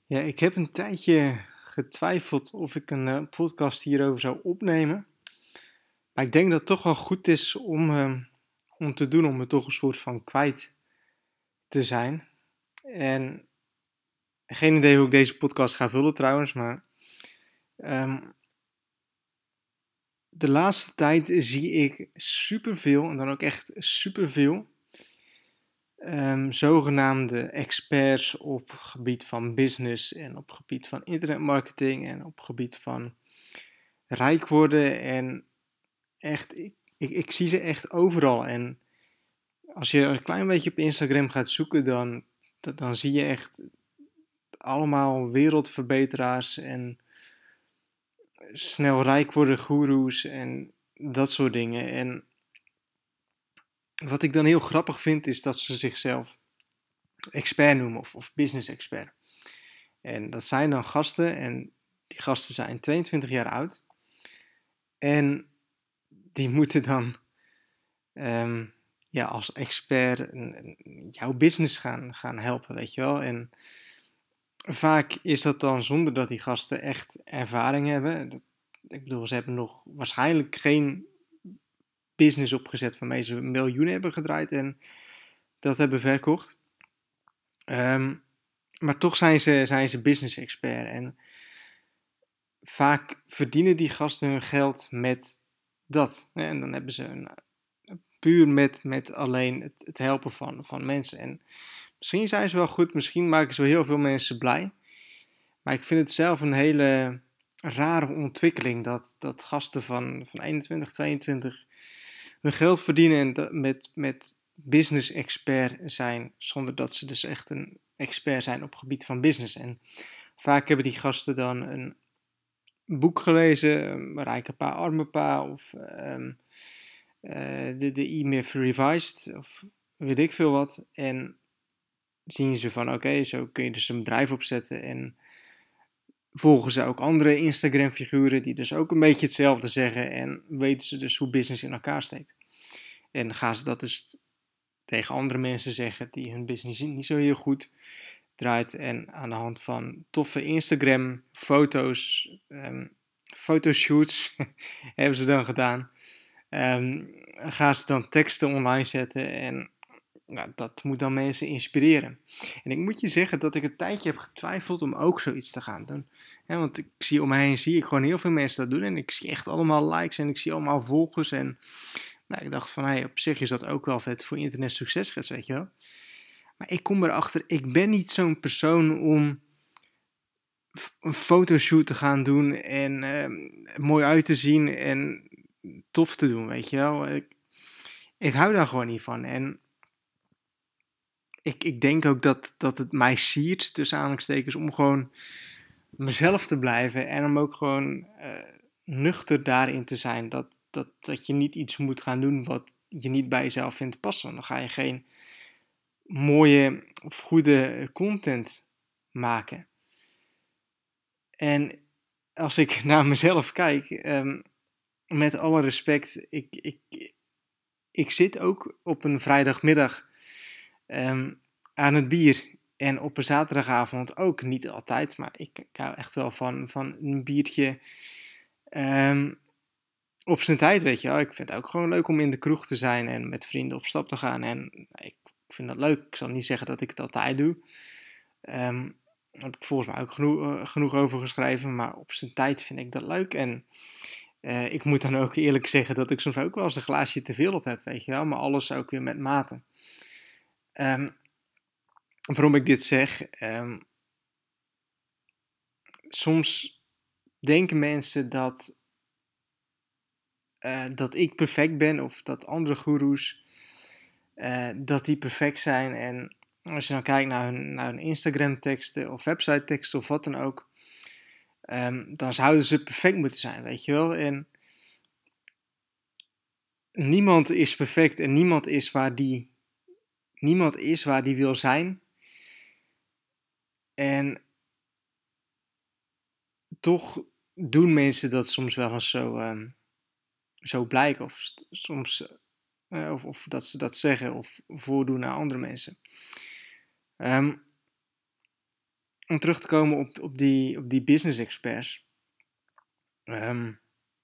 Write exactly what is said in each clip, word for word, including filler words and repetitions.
Ja, ik heb een tijdje getwijfeld of ik een eh, podcast hierover zou opnemen. Maar ik denk dat het toch wel goed is om, eh, om te doen, om het toch een soort van kwijt te zijn. En geen idee hoe ik deze podcast ga vullen trouwens, maar ehm, de laatste tijd zie ik superveel, en dan ook echt superveel, ehm zogenaamde experts op gebied van business en op gebied van internetmarketing en op gebied van rijk worden en echt, ik, ik, ik zie ze echt overal. En als je een klein beetje op Instagram gaat zoeken, dan, dan zie je echt allemaal wereldverbeteraars en snel rijk worden goeroes en dat soort dingen. En wat ik dan heel grappig vind, is dat ze zichzelf expert noemen of, of business expert. En dat zijn dan gasten en die gasten zijn tweeëntwintig jaar oud. En die moeten dan um, ja, als expert jouw business gaan, gaan helpen, weet je wel. En vaak is dat dan zonder dat die gasten echt ervaring hebben. Dat, ik bedoel, ze hebben nog waarschijnlijk geen business opgezet waarmee ze miljoenen hebben gedraaid en dat hebben verkocht. Um, maar toch zijn ze, zijn ze business expert. En vaak verdienen die gasten hun geld met dat. En dan hebben ze een, puur met, met alleen het, het helpen van, van mensen. En misschien zijn ze wel goed, misschien maken ze wel heel veel mensen blij. Maar ik vind het zelf een hele rare ontwikkeling dat, dat gasten van, van eenentwintig, tweeëntwintig hun geld verdienen en dat met, met business expert zijn, zonder dat ze dus echt een expert zijn op het gebied van business. En vaak hebben die gasten dan een boek gelezen, Rijke Pa, Arme Pa, of um, uh, de, de E-Myth Revised, of weet ik veel wat. En zien ze van, oké, okay, zo kun je dus een bedrijf opzetten. En volgen ze ook andere Instagram-figuren die dus ook een beetje hetzelfde zeggen. En weten ze dus hoe business in elkaar steekt. En gaan ze dat dus tegen andere mensen zeggen die hun business niet zo heel goed draait. En aan de hand van toffe Instagram-foto's, um, fotoshoots hebben ze dan gedaan. Um, gaan ze dan teksten online zetten en nou, dat moet dan mensen inspireren. En ik moet je zeggen dat ik een tijdje heb getwijfeld om ook zoiets te gaan doen. Ja, want ik zie om me heen zie ik gewoon heel veel mensen dat doen. En ik zie echt allemaal likes en ik zie allemaal volgers. En nou, ik dacht van, hey, op zich is dat ook wel vet voor internet succesgids, weet je wel. Maar ik kom erachter, ik ben niet zo'n persoon om een fotoshoot te gaan doen en uh, mooi uit te zien en tof te doen, weet je wel. Ik, ik hou daar gewoon niet van. En ik, ik denk ook dat, dat het mij siert, tussen aanhalingstekens, om gewoon mezelf te blijven en om ook gewoon uh, nuchter daarin te zijn. Dat, dat, dat je niet iets moet gaan doen wat je niet bij jezelf vindt passen. Dan ga je geen mooie of goede content maken. En als ik naar mezelf kijk, um, met alle respect, ik, ik, ik zit ook op een vrijdagmiddag um, aan het bier. En op een zaterdagavond ook, niet altijd, maar ik, ik hou echt wel van, van een biertje um, op zijn tijd, weet je wel. Ik vind het ook gewoon leuk om in de kroeg te zijn en met vrienden op stap te gaan. En ik vind dat leuk. Ik zal niet zeggen dat ik het altijd doe. Um, daar heb ik volgens mij ook genoeg, uh, genoeg over geschreven, maar op zijn tijd vind ik dat leuk. En uh, ik moet dan ook eerlijk zeggen dat ik soms ook wel eens een glaasje te veel op heb, weet je wel. Maar alles ook weer met mate. Um, waarom ik dit zeg? Um, soms denken mensen dat, uh, dat ik perfect ben of dat andere goeroes uh, dat die perfect zijn. En als je dan kijkt naar hun, naar hun Instagram teksten of website teksten of wat dan ook, um, dan zouden ze perfect moeten zijn, weet je wel. En niemand is perfect en niemand is waar die, niemand is waar die wil zijn. En toch doen mensen dat soms wel eens zo, um, zo blijken. Of soms uh, of, of dat ze dat zeggen of voordoen naar andere mensen. Um, om terug te komen op, op, die, op die business experts. Um,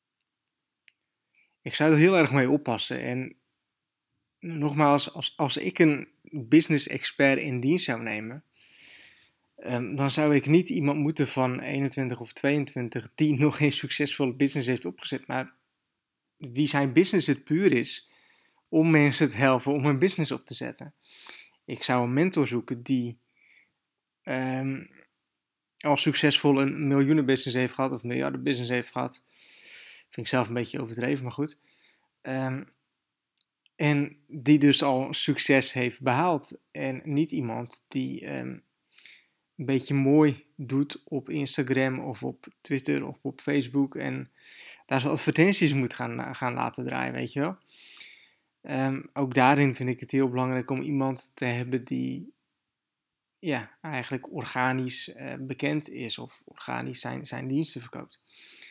ik zou er heel erg mee oppassen. En nogmaals, als, als ik een business expert in dienst zou nemen, um, dan zou ik niet iemand moeten van eenentwintig of tweeëntwintig die nog geen succesvolle business heeft opgezet, maar wie zijn business het puur is om mensen te helpen om een business op te zetten. Ik zou een mentor zoeken die um, al succesvol een miljoenenbusiness heeft gehad of een miljardenbusiness heeft gehad. Vind ik zelf een beetje overdreven, maar goed. Um, en die dus al succes heeft behaald. En niet iemand die um, een beetje mooi doet op Instagram of op Twitter of op Facebook. En daar zo advertenties moet gaan, gaan laten draaien, weet je wel. Um, ook daarin vind ik het heel belangrijk om iemand te hebben die ja, eigenlijk organisch uh, bekend is of organisch zijn, zijn diensten verkoopt.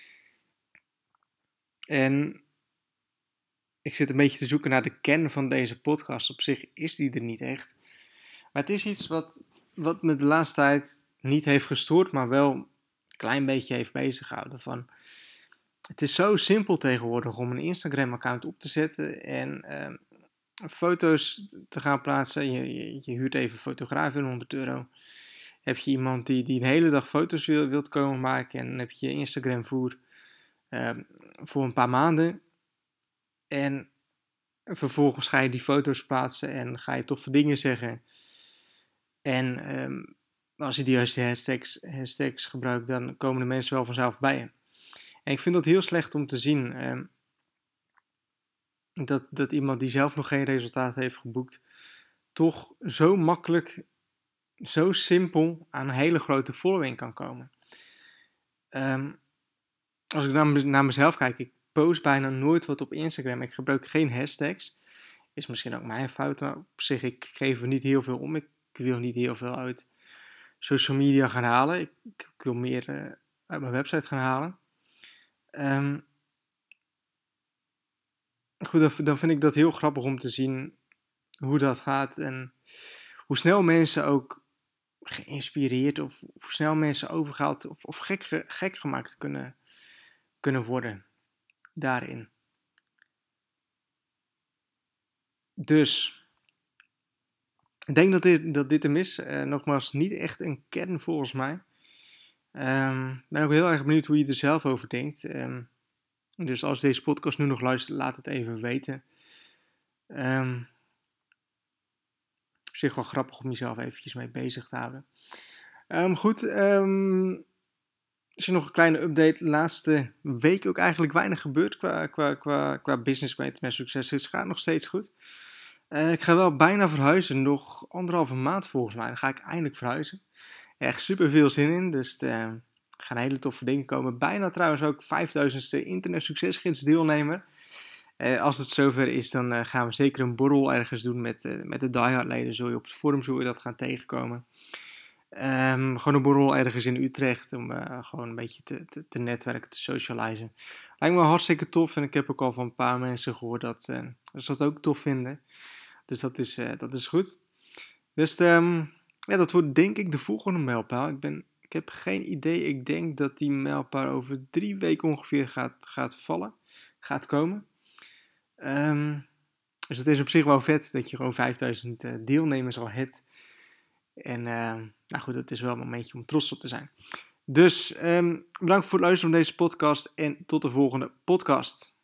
En ik zit een beetje te zoeken naar de kern van deze podcast. Op zich is die er niet echt. Maar het is iets wat, wat me de laatste tijd niet heeft gestoord, maar wel een klein beetje heeft beziggehouden. Van, het is zo simpel tegenwoordig om een Instagram-account op te zetten en uh, foto's te gaan plaatsen. Je, je, je huurt even een fotograaf in honderd euro. Heb je iemand die, die een hele dag foto's wil, wilt komen maken en dan heb je Instagram voor, uh, voor een paar maanden. En vervolgens ga je die foto's plaatsen en ga je toffe dingen zeggen. En um, als je de juiste hashtags, hashtags gebruikt, dan komen de mensen wel vanzelf bij je. En ik vind dat heel slecht om te zien. Um, dat, dat iemand die zelf nog geen resultaat heeft geboekt, toch zo makkelijk, zo simpel aan een hele grote following kan komen. Um, als ik naar, naar mezelf kijk, ik post bijna nooit wat op Instagram. Ik gebruik geen hashtags. Is misschien ook mijn fout, maar op zich, ik geef er niet heel veel om. Ik wil niet heel veel uit social media gaan halen. Ik, ik wil meer uh, uit mijn website gaan halen. Um, goed, dan vind ik dat heel grappig om te zien hoe dat gaat. En hoe snel mensen ook geïnspireerd of hoe snel mensen overgehaald of, of gek, gek gemaakt kunnen, kunnen worden daarin. Dus ik denk dat dit, dat dit hem is. Uh, nogmaals, niet echt een kern volgens mij. Ik um, ben ook heel erg benieuwd hoe je er zelf over denkt. Um, dus als deze podcast nu nog luistert, laat het even weten. Um, op zich wel grappig om jezelf eventjes mee bezig te houden. Um, goed, um, is er nog een kleine update. De laatste week ook eigenlijk weinig gebeurd qua, qua, qua, qua business, qua internet succes. Het gaat nog steeds goed. Uh, ik ga wel bijna verhuizen, nog anderhalve maand volgens mij. Dan ga ik eindelijk verhuizen. Echt super veel zin in, dus er uh, gaan hele toffe dingen komen. Bijna trouwens ook vijfduizendste internet succesgids deelnemer. Uh, als het zover is, dan uh, gaan we zeker een borrel ergens doen met, uh, met de diehard leden. Zul je op het forum zul je dat gaan tegenkomen. Um, gewoon een borrel ergens in Utrecht om uh, gewoon een beetje te, te, te netwerken, te socializen. Lijkt me hartstikke tof en ik heb ook al van een paar mensen gehoord dat uh, ze dat ook tof vinden. Dus dat is, uh, dat is goed. Dus um, ja, dat wordt denk ik de volgende mijlpaal. Ik, ben, ik heb geen idee. Ik denk dat die mijlpaal over drie weken ongeveer gaat, gaat vallen. Gaat komen. Um, dus het is op zich wel vet dat je gewoon vijfduizend uh, deelnemers al hebt. En uh, nou goed, dat is wel een momentje om trots op te zijn. Dus um, bedankt voor het luisteren van deze podcast en tot de volgende podcast.